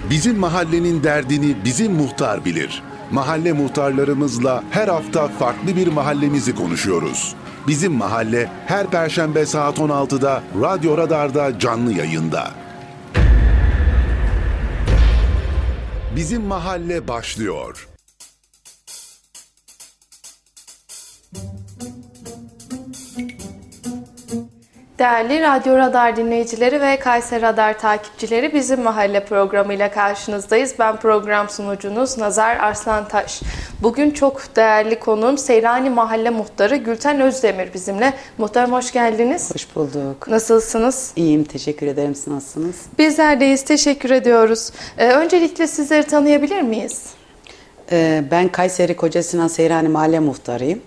Bizim mahallenin derdini bizim muhtar bilir. Mahalle muhtarlarımızla her hafta farklı bir mahallemizi konuşuyoruz. Bizim Mahalle her Perşembe saat 16'da Radyo Radar'da canlı yayında. Bizim Mahalle başlıyor. Değerli Radyo Radar dinleyicileri ve Kayseri Radar takipçileri, Bizim Mahalle programıyla karşınızdayız. Ben program sunucunuz Nazar Arslantaş. Bugün çok değerli konuğum Seyrani Mahalle Muhtarı Gülten Özdemir bizimle. Muhtarım hoş geldiniz. Hoş bulduk. Nasılsınız? İyiyim, teşekkür ederim. Siz nasılsınız? Bizler deyiz, teşekkür ediyoruz. Öncelikle sizleri tanıyabilir miyiz? Ben Kayseri Kocasinan Seyrani Mahalle Muhtarıyım.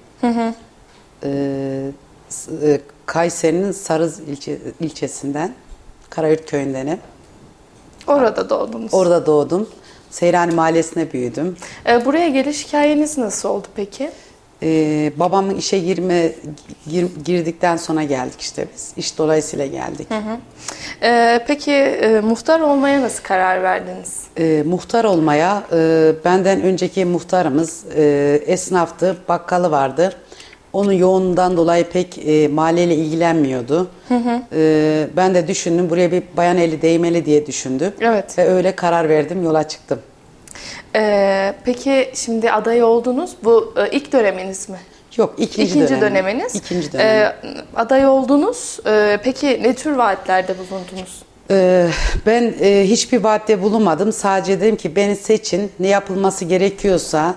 Kayseri'nin Sarız ilçesinden, Karayurt köyündenim. Orada doğdunuz. Orada doğdum. Seyrani Mahallesi'ne büyüdüm. Buraya geliş hikayeniz nasıl oldu peki? Babamın işe girdikten sonra geldik işte biz. İş dolayısıyla geldik. Peki muhtar olmaya nasıl karar verdiniz? Muhtar olmaya, benden önceki muhtarımız esnaftı, bakkalı vardı. Onun yoğunluğundan dolayı pek mahalleyle ilgilenmiyordu. Ben de düşündüm, buraya bir bayan eli değmeli diye düşündüm. Evet. Ve öyle karar verdim, yola çıktım. Peki şimdi aday oldunuz. Bu ilk döneminiz mi? Yok, ikinci döneminiz. İkinci dönem. Aday oldunuz. Peki ne tür vaatlerde bulundunuz? Ben hiçbir vaatte bulunmadım. Sadece dedim ki beni seçin, ne yapılması gerekiyorsa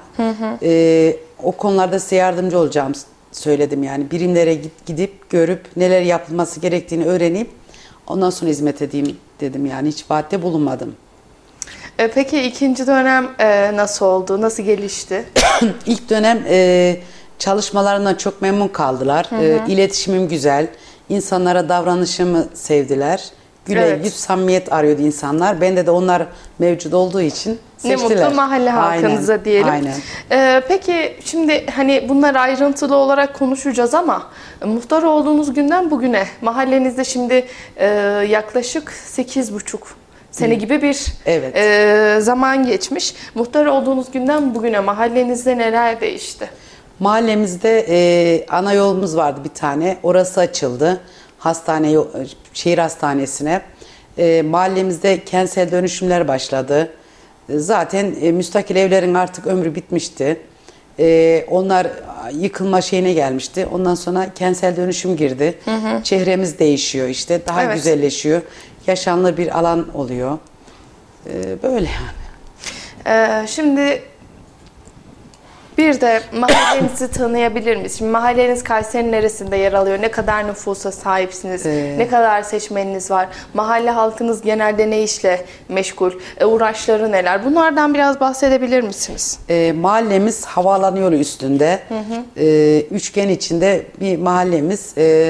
o konularda size yardımcı olacağım söyledim yani. Birimlere gidip görüp neler yapılması gerektiğini öğrenip ondan sonra hizmet edeyim dedim yani. Hiç vaatte bulunmadım. Peki ikinci dönem nasıl oldu? Nasıl gelişti? İlk dönem çalışmalarından çok memnun kaldılar. İletişimim güzel. İnsanlara davranışımı sevdiler. Güler yüz, samimiyet arıyordu insanlar. Bende de onlar mevcut olduğu için seçtiler. Ne mutlu mahalle halkınıza aynen, diyelim. Aynen. Peki şimdi hani bunları ayrıntılı olarak konuşacağız ama muhtar olduğunuz günden bugüne mahallenizde şimdi yaklaşık 8,5 sene gibi bir zaman geçmiş. Muhtar olduğunuz günden bugüne mahallenizde neler değişti? Mahallemizde ana yolumuz vardı bir tane. Orası açıldı. Şehir hastanesine. Mahallemizde kentsel dönüşümler başladı. Zaten müstakil evlerin artık ömrü bitmişti. Onlar yıkılma şeyine gelmişti. Ondan sonra kentsel dönüşüm girdi. Çehremiz değişiyor işte. Daha güzelleşiyor. Yaşanılır bir alan oluyor. Böyle yani. Şimdi bir de mahallenizi tanıyabilir miyiz? Şimdi mahalleniz Kayseri'nin neresinde yer alıyor? Ne kadar nüfusa sahipsiniz? Ne kadar seçmeniniz var? Mahalle halkınız genelde ne işle meşgul? Uğraşları neler? Bunlardan biraz bahsedebilir misiniz? Mahallemiz havaalanı yolu üstünde. Üçgen içinde bir mahallemiz.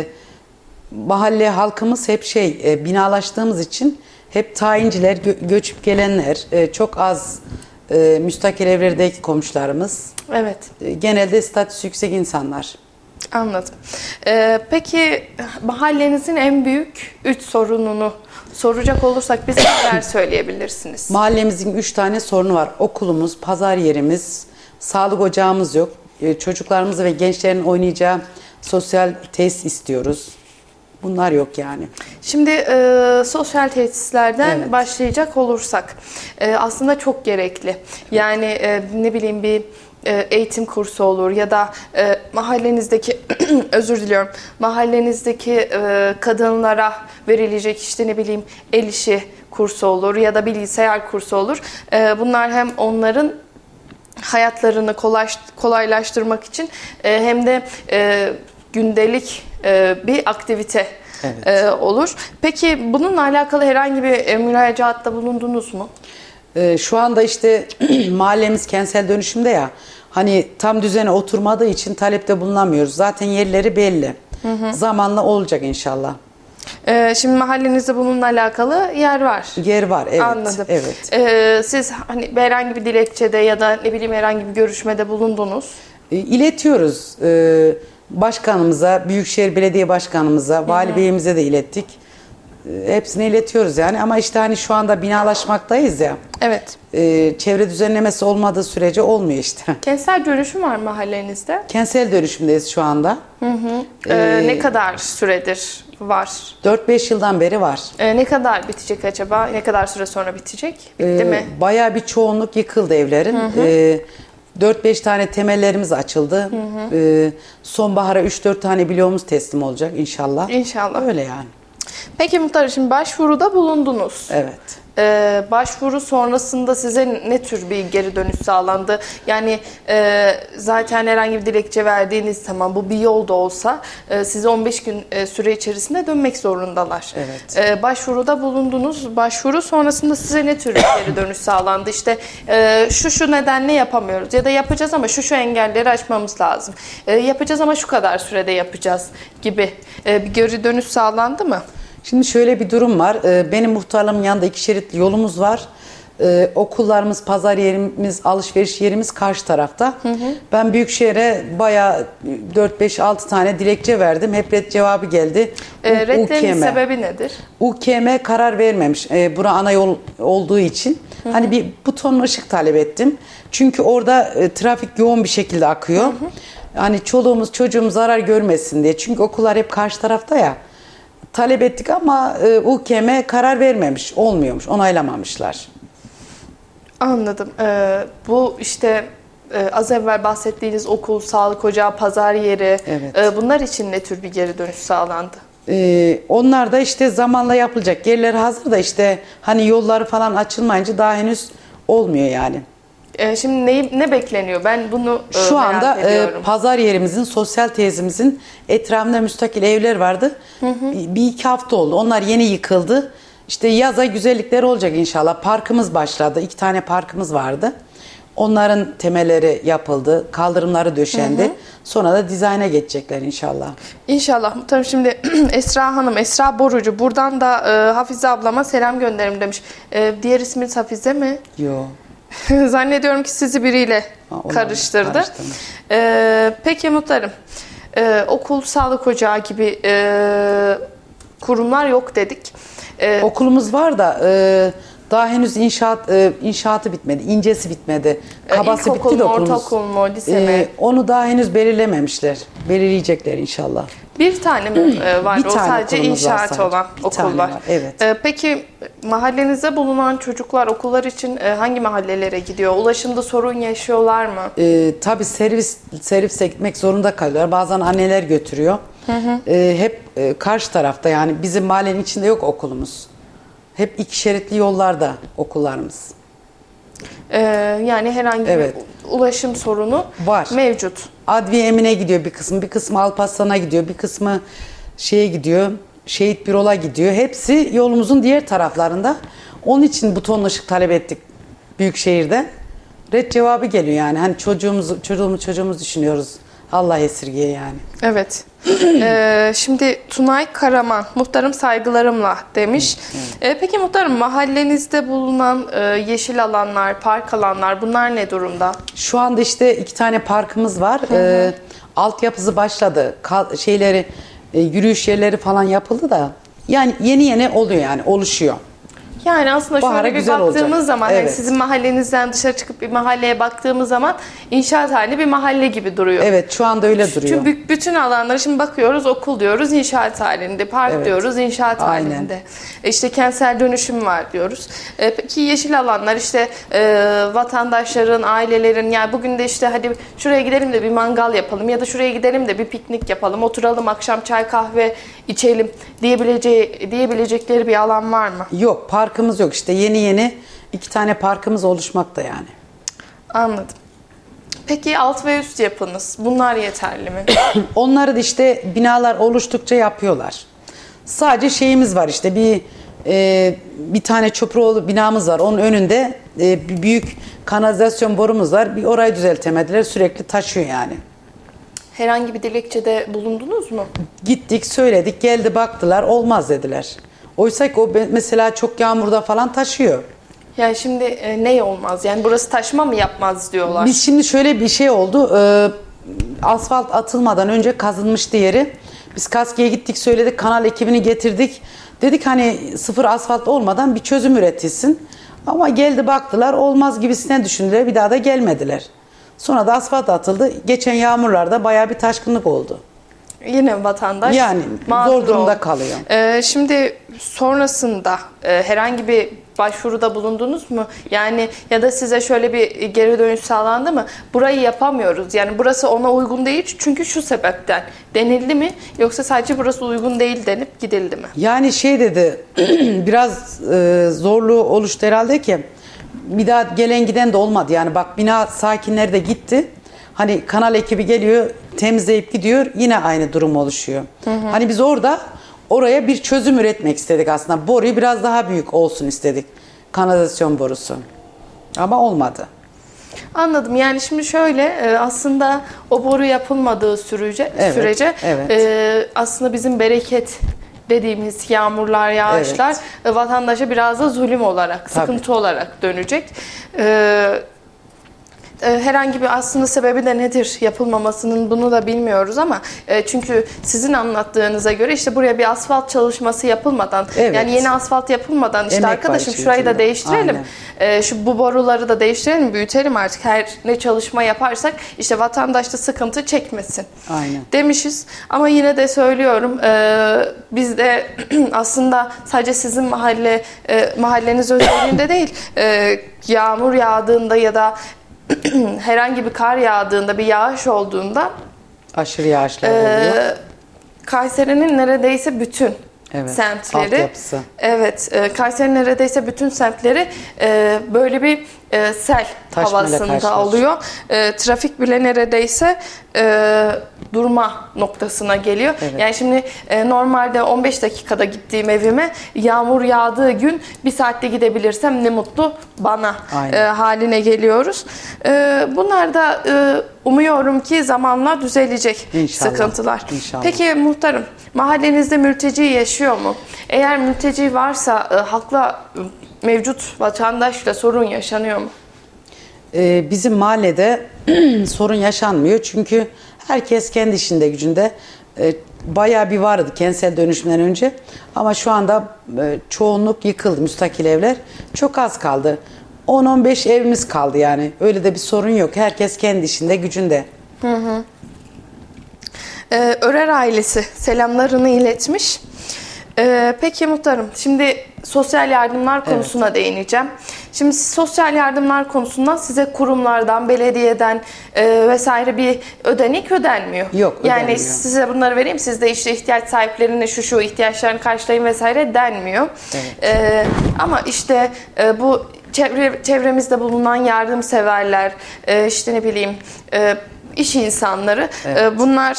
Mahalle halkımız hep binalaştığımız için hep tayinciler, göçüp gelenler, çok az müstakil evlerdeki komşularımız. Evet. Genelde statüsü yüksek insanlar. Anladım. Peki mahallenizin en büyük 3 sorununu soracak olursak bize neler söyleyebilirsiniz? Mahallemizin 3 tane sorunu var. Okulumuz, pazar yerimiz, sağlık ocağımız yok. Çocuklarımız ve gençlerin oynayacağı sosyal tesis istiyoruz. Bunlar yok yani. Şimdi sosyal tesislerden başlayacak olursak aslında çok gerekli. Yani ne bileyim bir eğitim kursu olur ya da mahallenizdeki özür diliyorum mahallenizdeki kadınlara verilecek işte ne bileyim el işi kursu olur ya da bilgisayar kursu olur. Bunlar hem onların hayatlarını kolaylaştırmak için hem de gündelik bir aktivite olur. Peki bununla alakalı herhangi bir müracaatta bulundunuz mu? Şu anda işte mahallemiz kentsel dönüşümde ya. Hani tam düzene oturmadığı için talepte bulunamıyoruz. Zaten yerleri belli. Zamanla olacak inşallah. Şimdi mahallenizde bununla alakalı yer var. Yer var, evet. Anladım. Evet. Siz hani herhangi bir dilekçede ya da ne bileyim herhangi bir görüşmede bulundunuz. İletiyoruz. Başkanımıza, Büyükşehir Belediye Başkanımıza, Vali Beyimize de ilettik. hepsini iletiyoruz yani. Ama işte hani şu anda binalaşmaktayız ya. Evet. Çevre düzenlemesi olmadığı sürece olmuyor işte. Kentsel dönüşüm var mahallenizde. Kentsel dönüşümdeyiz şu anda. Ne kadar süredir var? 4-5 yıldan beri var. Ne kadar bitecek acaba? Ne kadar süre sonra bitecek? Bitti mi? Bayağı bir çoğunluk yıkıldı evlerin. 4-5 tane temellerimiz açıldı. Sonbahara 3-4 tane bloğumuz teslim olacak inşallah. İnşallah. Öyle yani. Peki muhtarım, şimdi başvuruda bulundunuz. Evet. Başvuru sonrasında size ne tür bir geri dönüş sağlandı? Yani zaten herhangi bir dilekçe verdiğiniz zaman bu bir yol da olsa size 15 gün süre içerisinde dönmek zorundalar. Evet. Başvuruda bulundunuz. Başvuru sonrasında size ne tür bir geri dönüş sağlandı? İşte şu nedenle yapamıyoruz ya da yapacağız ama şu engelleri aşmamız lazım. Yapacağız ama şu kadar sürede yapacağız gibi bir geri dönüş sağlandı mı? Şimdi şöyle bir durum var. Benim muhtarlığımın yanında 2 şeritli yolumuz var. Okullarımız, pazar yerimiz, alışveriş yerimiz karşı tarafta. Ben Büyükşehir'e bayağı 4-5-6 tane dilekçe verdim. Hep red cevabı geldi. Redlerin sebebi nedir? UKM karar vermemiş. Bura ana yol olduğu için. Hani bir butonlu ışık talep ettim. Çünkü orada trafik yoğun bir şekilde akıyor. Hani çoluğumuz çocuğumuz zarar görmesin diye. Çünkü okullar hep karşı tarafta ya. Talep ettik ama UKM karar vermemiş, olmuyormuş, onaylamamışlar. Anladım. Bu işte az evvel bahsettiğiniz okul, sağlık ocağı, pazar yeri, Evet. Bunlar için ne tür bir geri dönüş sağlandı? Onlar da işte zamanla yapılacak. Yerleri hazır da işte hani yolları falan açılmayınca daha henüz olmuyor yani. Şimdi ne bekleniyor? Ben bunu Şu merak anda ediyorum. pazar yerimizin, sosyal tesisimizin etrafında müstakil evler vardı. Bir iki hafta oldu. Onlar yeni yıkıldı. İşte yaza güzellikler olacak inşallah. Parkımız başladı. 2 tane parkımız vardı. Onların temelleri yapıldı. Kaldırımları döşendi. Sonra da dizayna geçecekler inşallah. İnşallah. Tabii şimdi Esra Hanım, Esra Borucu. Buradan da Hafize ablama selam gönderim demiş. Diğer isminiz Hafize mi? Yo. Zannediyorum ki sizi biriyle karıştırdı. Peki muhtarım, okul, sağlık ocağı gibi kurumlar yok dedik. Okulumuz var da daha henüz inşaatı bitmedi, incesi bitmedi. Kabası İlkokul bitti de mu, okulumuz. ortaokul mu, lise mi? Onu daha henüz belirlememişler. Belirleyecekler inşallah. Bir tane mi var? Bir O tane sadece okulumuz var inşaat sadece. olan Bir okul tane var. evet. Peki mahallenizde bulunan çocuklar okullar için hangi mahallelere gidiyor? Ulaşımda sorun yaşıyorlar mı? Tabii servise gitmek zorunda kalıyorlar. Bazen anneler götürüyor. Hep karşı tarafta yani bizim mahallenin içinde yok okulumuz. Hep 2 şeritli yollarda okullarımız. Yani herhangi Evet. bir ulaşım sorunu Var. mevcut. Adviye Emin'e gidiyor bir kısmı Alparslan'a gidiyor, bir kısmı şeye gidiyor, Şehit Birol'a gidiyor. Hepsi yolumuzun diğer taraflarında. Onun için butonlu ışık talep ettik Büyükşehir'den. Red cevabı geliyor yani. Hani çocuğumuz düşünüyoruz. Allah esirgeye yani. Evet. Şimdi Tunay Karaman, muhtarım saygılarımla demiş. Peki muhtarım, mahallenizde bulunan yeşil alanlar, park alanlar, bunlar ne durumda? Şu anda işte 2 tane parkımız var. Altyapısı başladı. Yürüyüş yerleri falan yapıldı da. Yani yeni oluyor yani oluşuyor. Yani aslında Bahara şöyle bir güzel baktığımız olacak. zaman, Evet. yani sizin mahallenizden dışarı çıkıp bir mahalleye baktığımız zaman inşaat halinde bir mahalle gibi duruyor. Evet, şu anda öyle duruyor. Çünkü bütün alanları şimdi bakıyoruz, okul diyoruz inşaat halinde, park Evet. diyoruz inşaat Aynen. halinde. İşte kentsel dönüşüm var diyoruz. Peki yeşil alanlar işte vatandaşların, ailelerin, yani bugün de işte hadi şuraya gidelim de bir mangal yapalım ya da şuraya gidelim de bir piknik yapalım, oturalım akşam çay kahve içelim diyebilecekleri bir alan var mı? Yok, parkımız yok işte yeni 2 tane parkımız oluşmakta yani. Anladım. Peki alt ve üst yapınız, bunlar yeterli mi? Onları da işte binalar oluştukça yapıyorlar. Sadece şeyimiz var işte bir tane Çöproğlu binamız var. Onun önünde bir büyük kanalizasyon borumuz var. Bir orayı düzeltemediler. Sürekli taşıyor yani. Herhangi bir dilekçede bulundunuz mu? Gittik, söyledik, geldi baktılar, olmaz dediler. Oysa ki o mesela çok yağmurda falan taşıyor. Yani şimdi ne olmaz? Yani burası taşma mı yapmaz diyorlar. Biz şimdi şöyle bir şey oldu. Asfalt atılmadan önce kazınmıştı yeri. Biz KASKİ'ye gittik, söyledik, kanal ekibini getirdik. Dedik hani sıfır asfalt olmadan bir çözüm üretilsin. Ama geldi baktılar olmaz gibisinden düşündüler. Bir daha da gelmediler. Sonra da asfalt atıldı. Geçen yağmurlarda bayağı bir taşkınlık oldu. Yine vatandaş Yani zor durumda kalıyor. Şimdi sonrasında herhangi bir başvuruda bulundunuz mu? Yani ya da size şöyle bir geri dönüş sağlandı mı? Burayı yapamıyoruz. Yani burası ona uygun değil çünkü şu sebepten denildi mi? Yoksa sadece burası uygun değil denip gidildi mi? Yani şey dedi biraz zorluğu oluştu herhalde ki bir daha gelen giden de olmadı. Yani bak bina sakinleri de gitti. Hani kanal ekibi geliyor temizleyip gidiyor yine aynı durum oluşuyor. Hani biz oraya bir çözüm üretmek istedik aslında. Boruyu biraz daha büyük olsun istedik. Kanalizasyon borusu. Ama olmadı. Anladım. Yani şimdi şöyle aslında o boru yapılmadığı sürece aslında bizim bereket dediğimiz yağmurlar, yağışlar vatandaşa biraz da zulüm olarak, sıkıntı olarak dönecek. Herhangi bir aslında sebebi de nedir yapılmamasının bunu da bilmiyoruz ama çünkü sizin anlattığınıza göre işte buraya bir asfalt çalışması yapılmadan yani yeni asfalt yapılmadan işte arkadaşım şurayı da değiştirelim. Bu boruları da değiştirelim, büyütelim artık her ne çalışma yaparsak işte vatandaş da sıkıntı çekmesin. Demişiz ama yine de söylüyorum biz de aslında sadece sizin mahalleniz özelliğinde değil yağmur yağdığında ya da herhangi bir kar yağdığında, bir yağış olduğunda aşırı yağışlar oluyor. Kayseri'nin neredeyse bütün semtleri, altyapısı. Kayseri'nin neredeyse bütün semtleri böyle bir sel havasında oluyor. Trafik bile neredeyse durma noktasına geliyor. Yani şimdi normalde 15 dakikada gittiğim evime yağmur yağdığı gün 1 saatte gidebilirsem ne mutlu bana haline geliyoruz. Bunlar da umuyorum ki zamanla düzelecek sıkıntılar. İnşallah. Peki muhtarım, mahallenizde mülteci yaşıyor mu? Eğer mülteci varsa halkla mevcut vatandaşla sorun yaşanıyor mu? Bizim mahallede sorun yaşanmıyor çünkü herkes kendi işinde gücünde bayağı bir vardı kentsel dönüşümden önce ama şu anda çoğunluk yıkıldı müstakil evler çok az kaldı 10-15 evimiz kaldı yani öyle de bir sorun yok herkes kendi işinde gücünde. Örer ailesi selamlarını iletmiş. Peki muhtarım, şimdi sosyal yardımlar konusuna değineceğim. Şimdi sosyal yardımlar konusundan size kurumlardan, belediyeden vesaire bir ödenek ödenmiyor. Yok, ödenmiyor. Yani size bunları vereyim, siz de işte ihtiyaç sahiplerine şu ihtiyaçlarını karşılayın vesaire denmiyor. Ama işte bu çevremizde bulunan yardımseverler, işte ne bileyim iş insanları bunlar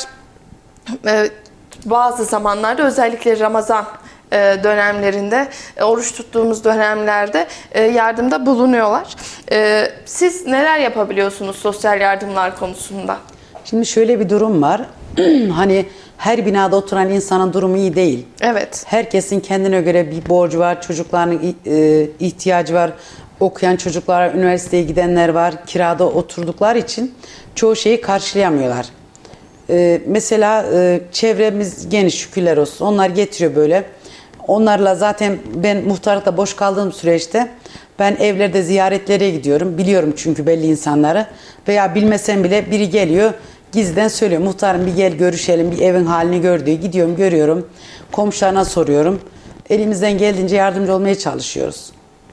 bazı zamanlarda özellikle Ramazan dönemlerinde, oruç tuttuğumuz dönemlerde yardımda bulunuyorlar. Siz neler yapabiliyorsunuz sosyal yardımlar konusunda? Şimdi şöyle bir durum var. Hani her binada oturan insanın durumu iyi değil. Evet. Herkesin kendine göre bir borcu var, çocukların ihtiyacı var. Okuyan çocuklar, üniversiteye gidenler var. Kirada oturdukları için çoğu şeyi karşılayamıyorlar. Mesela çevremiz geniş şükürler olsun. Onlar getiriyor böyle. Onlarla zaten ben muhtarlıkta boş kaldığım süreçte ben evlerde ziyaretlere gidiyorum. Biliyorum çünkü belli insanları. Veya bilmesem bile biri geliyor. Gizliden söylüyor. Muhtarım bir gel görüşelim. Bir evin halini gör diyor. Gidiyorum görüyorum. Komşularına soruyorum. Elimizden geldiğince yardımcı olmaya çalışıyoruz.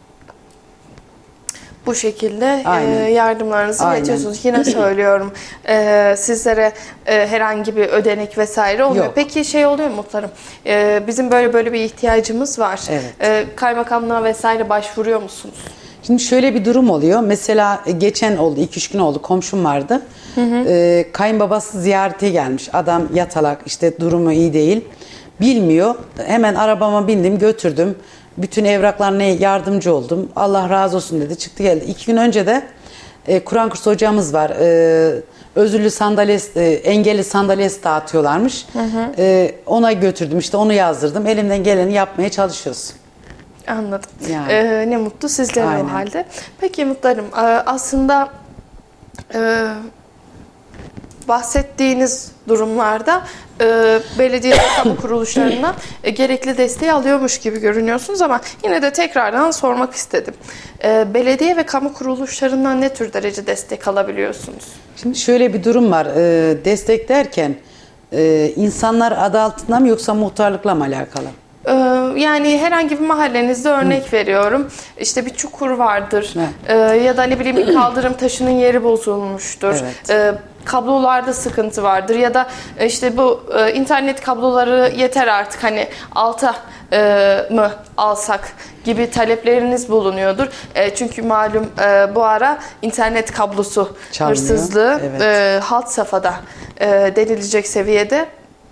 Bu şekilde yardımlarınızı iletiyorsunuz. Yine söylüyorum sizlere herhangi bir ödenek vesaire olmuyor. Yok. Peki şey oluyor mu muhtarım? Bizim böyle bir ihtiyacımız var. Kaymakamlığa vesaire başvuruyor musunuz? Şimdi şöyle bir durum oluyor. Mesela geçen oldu 2-3 gün oldu komşum vardı. Kayınbabası ziyarete gelmiş. Adam yatalak işte durumu iyi değil. Bilmiyor. Hemen arabama bindim götürdüm. Bütün evraklarına yardımcı oldum. Allah razı olsun dedi. Çıktı geldi. 2 gün önce de Kur'an kursu hocamız var. Özürlü sandalyesi, engelli sandalyesi dağıtıyorlarmış. Ona götürdüm. İşte onu yazdırdım. Elimden geleni yapmaya çalışıyoruz. Anladım. Yani. Ne mutlu sizlere o halde. Peki muhtarım aslında bahsettiğiniz durumlarda belediye ve kamu kuruluşlarından gerekli desteği alıyormuş gibi görünüyorsunuz ama yine de tekrardan sormak istedim. Belediye ve kamu kuruluşlarından ne tür derece destek alabiliyorsunuz? Şimdi şöyle bir durum var. Destek derken insanlar adı altında mı yoksa muhtarlıkla mı alakalı? Yani herhangi bir mahallenizde örnek veriyorum. İşte bir çukur vardır ya da ne bileyim bir kaldırım taşının yeri bozulmuştur. Evet. Kablolarda sıkıntı vardır ya da işte bu internet kabloları yeter artık hani alta mı alsak gibi talepleriniz bulunuyordur. Çünkü malum bu ara internet kablosu Çalmıyor. hırsızlığı Evet. had safhada denilecek seviyede.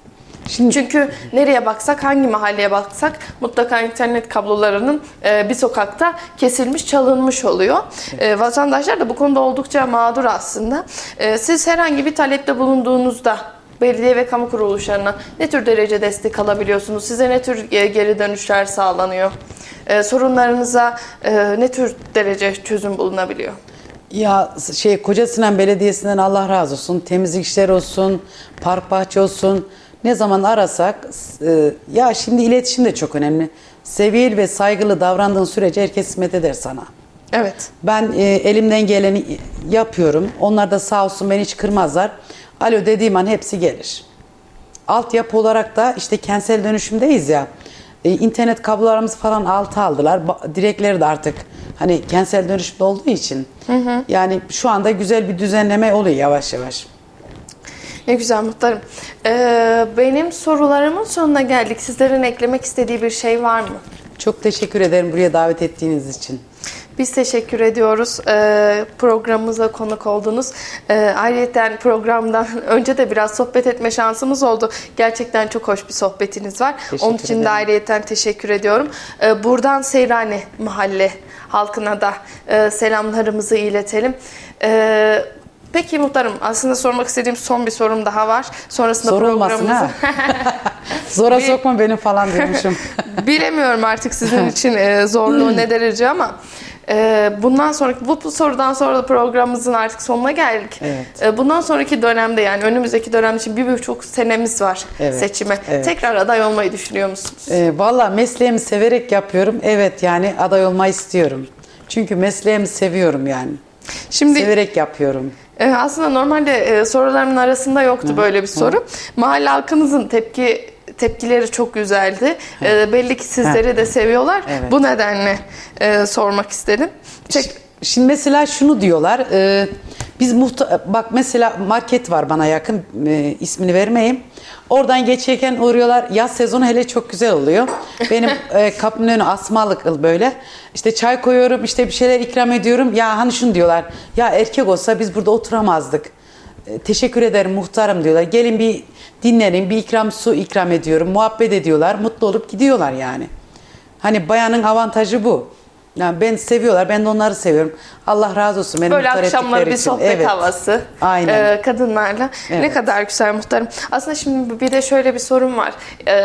Çünkü nereye baksak, hangi mahalleye baksak mutlaka internet kablolarının bir sokakta kesilmiş, çalınmış oluyor. Vatandaşlar da bu konuda oldukça mağdur aslında. Siz herhangi bir talepte bulunduğunuzda belediye ve kamu kuruluşlarına ne tür derece destek alabiliyorsunuz? Size ne tür geri dönüşler sağlanıyor? Sorunlarınıza ne tür derece çözüm bulunabiliyor? Ya Kocasinan Belediyesi'nden Allah razı olsun, temizlik işleri olsun, park bahçe olsun. Ne zaman arasak, ya şimdi iletişim de çok önemli. Seviyeli ve saygılı davrandığın sürece herkes hizmet eder sana. Evet. Ben elimden geleni yapıyorum. Onlar da sağ olsun beni hiç kırmazlar. Alo dediğim an hepsi gelir. Altyapı olarak da işte kentsel dönüşümdeyiz ya. İnternet kablolarımızı falan alta aldılar. Direkleri de artık hani kentsel dönüşümde olduğu için. Yani şu anda güzel bir düzenleme oluyor yavaş yavaş. Ne güzel muhtarım. Benim sorularımın sonuna geldik. Sizlerin eklemek istediği bir şey var mı? Çok teşekkür ederim buraya davet ettiğiniz için. Biz teşekkür ediyoruz. Programımıza konuk oldunuz. Ayrıca programdan önce de biraz sohbet etme şansımız oldu. Gerçekten çok hoş bir sohbetiniz var. Onun için de ayrıca teşekkür ediyorum. Buradan Seyrani Mahalle halkına da selamlarımızı iletelim. Peki muhtarım, aslında sormak istediğim son bir sorum daha var. Sonrasında sorulmasın ha. Zora sokma beni falan diyormuşum. Bilemiyorum artık sizin için zorluğu ne derece ama bundan sonraki bu sorudan sonra da programımızın artık sonuna geldik. Evet. Bundan sonraki dönemde yani önümüzdeki dönem için 1,5 senemiz var seçime. Evet. Tekrar aday olmayı düşünüyor musunuz? Valla mesleğimi severek yapıyorum. Evet yani aday olmayı istiyorum. Çünkü mesleğimi seviyorum yani. Şimdi severek yapıyorum. Aslında normalde sorularımın arasında yoktu böyle bir soru. Mahalle halkınızın tepkileri çok güzeldi. Belli ki sizleri de seviyorlar. Evet. Bu nedenle sormak istedim. Şimdi mesela şunu diyorlar. Biz bak mesela market var bana yakın, ismini vermeyeyim. Oradan geçerken uğruyorlar. Yaz sezonu hele çok güzel oluyor. Benim kapımın önü asmalık böyle. İşte çay koyuyorum, işte bir şeyler ikram ediyorum. Ya hani şunu diyorlar. Ya erkek olsa biz burada oturamazdık. Teşekkür ederim muhtarım diyorlar. Gelin bir dinlenin, bir ikram su ikram ediyorum. Muhabbet ediyorlar, mutlu olup gidiyorlar yani. Hani bayanın avantajı bu. Yani ben seviyorlar, ben de onları seviyorum. Allah razı olsun. Benim böyle akşamları bir sohbet havası. Aynen. Kadınlarla. Evet. Ne kadar güzel muhtarım. Aslında şimdi bir de şöyle bir sorun var.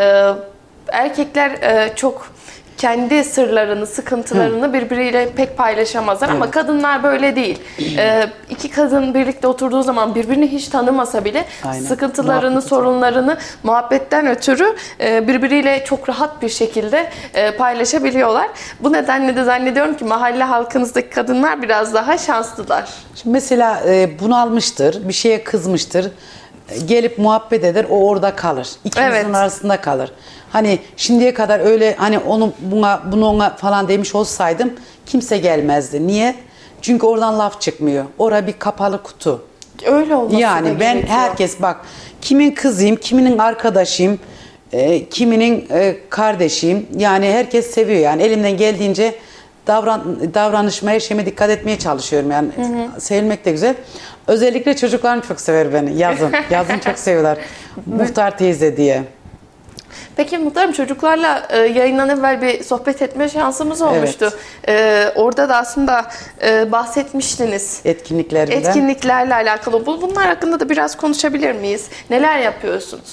Erkekler çok kendi sırlarını, sıkıntılarını birbiriyle pek paylaşamazlar ama kadınlar böyle değil. İki kadın birlikte oturduğu zaman birbirini hiç tanımasa bile sıkıntılarını, sorunlarını muhabbetten ötürü birbiriyle çok rahat bir şekilde paylaşabiliyorlar. Bu nedenle de zannediyorum ki mahalle halkınızdaki kadınlar biraz daha şanslılar. Şimdi mesela bunalmıştır, bir şeye kızmıştır. Gelip muhabbet eder, o orada kalır. İkimizin arasında kalır. Hani şimdiye kadar öyle hani onu bunu ona falan demiş olsaydım kimse gelmezdi. Niye? Çünkü oradan laf çıkmıyor. Orada bir kapalı kutu. Öyle olması yani ben gerekiyor. herkes bak kimin kızıyım, kiminin arkadaşıyım, kiminin kardeşiyim. Yani herkes seviyor yani elimden geldiğince davranışıma, yaşama dikkat etmeye çalışıyorum yani. Sevilmek de güzel. Özellikle çocuklarım çok sever beni. Yazın çok seviyorlar. Muhtar teyze diye. Peki muhtarım, çocuklarla yayından evvel bir sohbet etme şansımız olmuştu. Evet. Orada da aslında bahsetmiştiniz. Etkinliklerle alakalı. Bunlar hakkında da biraz konuşabilir miyiz? Neler yapıyorsunuz?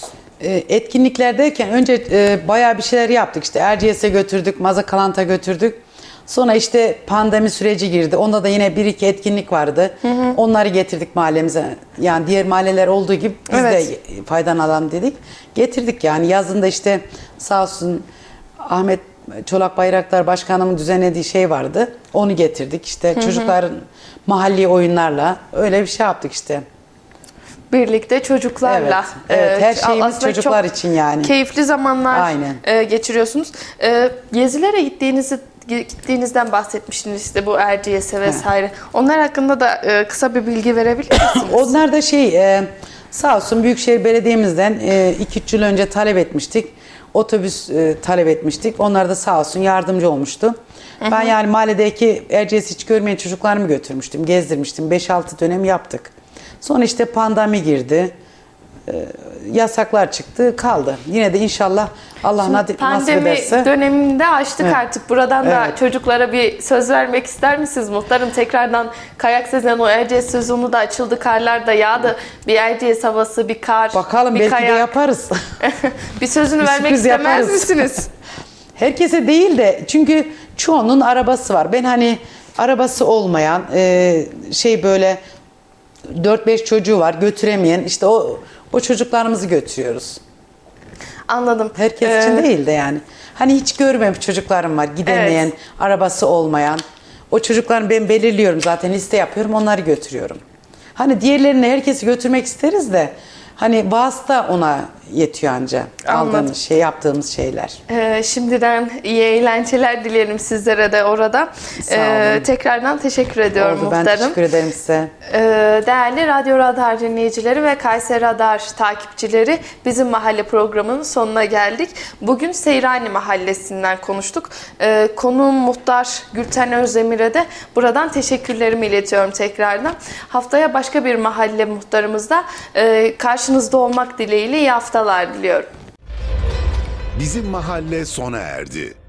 Etkinlikler derken önce bayağı bir şeyler yaptık. İşte Erciyes'e götürdük, Mazakalant'a götürdük. Sonra işte pandemi süreci girdi. Onda da yine bir iki etkinlik vardı. Onları getirdik mahallemize. Yani diğer mahalleler olduğu gibi biz de faydalanalım dedik. Getirdik yani. Yazında işte sağ olsun Ahmet Çolak Bayraktar Başkanımın düzenlediği şey vardı. Onu getirdik. İşte çocukların mahalli oyunlarla öyle bir şey yaptık işte. Birlikte çocuklarla. Evet, her şeyimiz çocuklar için yani. Keyifli zamanlar geçiriyorsunuz. Gezilere gittiğinizden bahsetmiştiniz işte bu Erciyes'e vesaire. Onlar hakkında da kısa bir bilgi verebilir misiniz? Onlar da sağ olsun Büyükşehir Belediye'mizden 2-3 yıl önce talep etmiştik. Otobüs talep etmiştik. Onlar da sağ olsun yardımcı olmuştu. Ben yani mahalledeki Erciyes'i hiç görmeyen çocuklarımı götürmüştüm, gezdirmiştim. 5-6 dönem yaptık. Sonra işte pandemi girdi. Yasaklar çıktı, kaldı. Yine de inşallah Allah nasip ederse. Pandemi döneminde açtık artık. Buradan da çocuklara bir söz vermek ister misiniz muhtarım? Tekrardan kayak sezonu, Erciyes sezonu da açıldı, karlar da yağdı. Bir Erciyes havası, bir kar, bakalım bir belki kayak. de yaparız. Bir sözünü vermek istemez misiniz? Herkese değil de çünkü çoğunun arabası var. Ben hani arabası olmayan böyle 4-5 çocuğu var götüremeyen işte o çocuklarımızı götürüyoruz. Anladım. Herkes için değil de yani. Hani hiç görmemiş çocuklarım var gidemeyen, arabası olmayan. O çocukları ben belirliyorum zaten liste yapıyorum onları götürüyorum. Hani diğerlerini herkesi götürmek isteriz de hani vasıta ona yetiyor anca. Aldığımız yaptığımız şeyler. Şimdiden iyi eğlenceler dilerim sizlere de orada. Tekrardan teşekkür ediyorum muhtarım. Ben teşekkür ederim size. Değerli Radyo Radar dinleyicileri ve Kayseri Radar takipçileri, Bizim Mahalle programının sonuna geldik. Bugün Seyrani Mahallesi'nden konuştuk. Konuğum muhtar Gülten Özdemir'e de buradan teşekkürlerimi iletiyorum tekrardan. Haftaya başka bir mahalle muhtarımızda karşınızda olmak dileğiyle iyi haftalar diliyorum. Bizim Mahalle sona erdi.